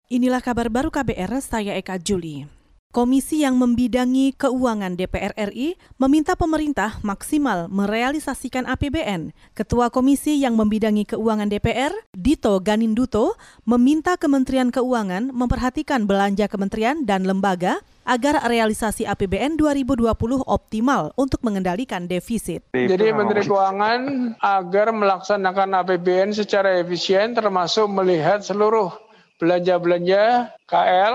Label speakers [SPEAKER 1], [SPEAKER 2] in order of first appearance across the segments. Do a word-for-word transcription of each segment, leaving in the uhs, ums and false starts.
[SPEAKER 1] Inilah kabar baru K B R, saya Eka Juli. Komisi yang membidangi keuangan D P R R I meminta pemerintah maksimal merealisasikan A P B N. Ketua Komisi yang membidangi keuangan D P R, Dito Ganinduto, meminta Kementerian Keuangan memperhatikan belanja kementerian dan lembaga agar realisasi A P B N dua ribu dua puluh optimal untuk mengendalikan defisit.
[SPEAKER 2] Jadi Menteri Keuangan agar melaksanakan A P B N secara efisien termasuk melihat seluruh belanja-belanja K L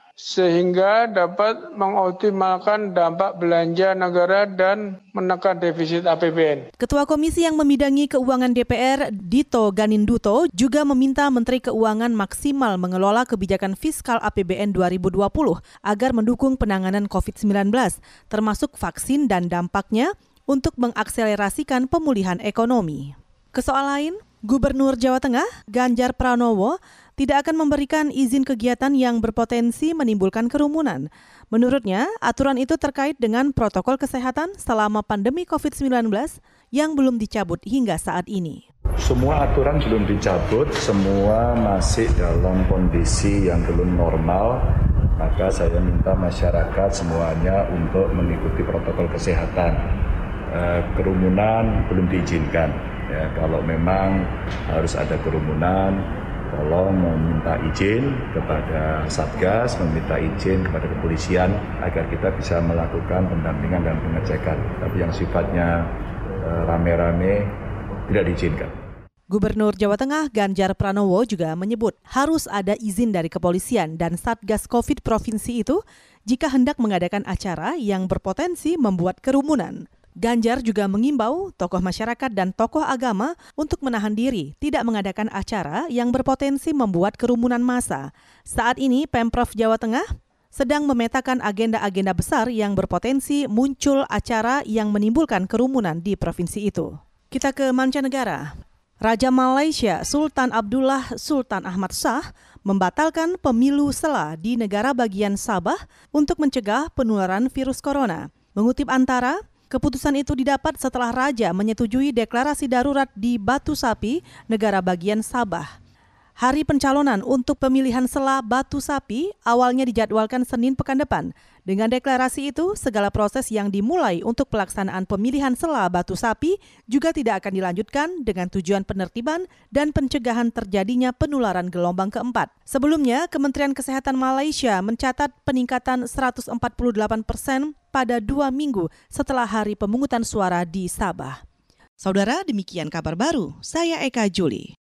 [SPEAKER 2] sehingga dapat mengoptimalkan dampak belanja negara dan menekan defisit A P B N.
[SPEAKER 1] Ketua Komisi yang membidangi keuangan D P R, Dito Ganinduto, juga meminta Menteri Keuangan maksimal mengelola kebijakan fiskal A P B N dua ribu dua puluh agar mendukung penanganan covid sembilan belas, termasuk vaksin dan dampaknya untuk mengakselerasikan pemulihan ekonomi. Ke soal lain, Gubernur Jawa Tengah, Ganjar Pranowo, tidak akan memberikan izin kegiatan yang berpotensi menimbulkan kerumunan. Menurutnya, aturan itu terkait dengan protokol kesehatan selama pandemi covid sembilan belas yang belum dicabut hingga saat ini.
[SPEAKER 3] Semua aturan belum dicabut, semua masih dalam kondisi yang belum normal, maka saya minta masyarakat semuanya untuk mengikuti protokol kesehatan. E, kerumunan belum diizinkan. Ya, kalau memang harus ada kerumunan, tolong meminta izin kepada Satgas, meminta izin kepada kepolisian agar kita bisa melakukan pendampingan dan pengecekan. Tapi yang sifatnya e, rame-rame tidak diizinkan.
[SPEAKER 1] Gubernur Jawa Tengah Ganjar Pranowo juga menyebut harus ada izin dari kepolisian dan Satgas Covid provinsi itu jika hendak mengadakan acara yang berpotensi membuat kerumunan. Ganjar juga mengimbau tokoh masyarakat dan tokoh agama untuk menahan diri tidak mengadakan acara yang berpotensi membuat kerumunan massa. Saat ini Pemprov Jawa Tengah sedang memetakan agenda-agenda besar yang berpotensi muncul acara yang menimbulkan kerumunan di provinsi itu. Kita ke mancanegara. Raja Malaysia Sultan Abdullah Sultan Ahmad Shah membatalkan pemilu sela di negara bagian Sabah untuk mencegah penularan virus corona. Mengutip Antara, keputusan itu didapat setelah Raja menyetujui deklarasi darurat di Batu Sapi, negara bagian Sabah. Hari pencalonan untuk pemilihan sela Batu Sapi awalnya dijadwalkan Senin pekan depan. Dengan deklarasi itu, segala proses yang dimulai untuk pelaksanaan pemilihan sela Batu Sapi juga tidak akan dilanjutkan dengan tujuan penertiban dan pencegahan terjadinya penularan gelombang keempat. Sebelumnya, Kementerian Kesehatan Malaysia mencatat peningkatan seratus empat puluh delapan persen pada dua minggu setelah hari pemungutan suara di Sabah. Saudara, demikian kabar baru. Saya Eka Juli.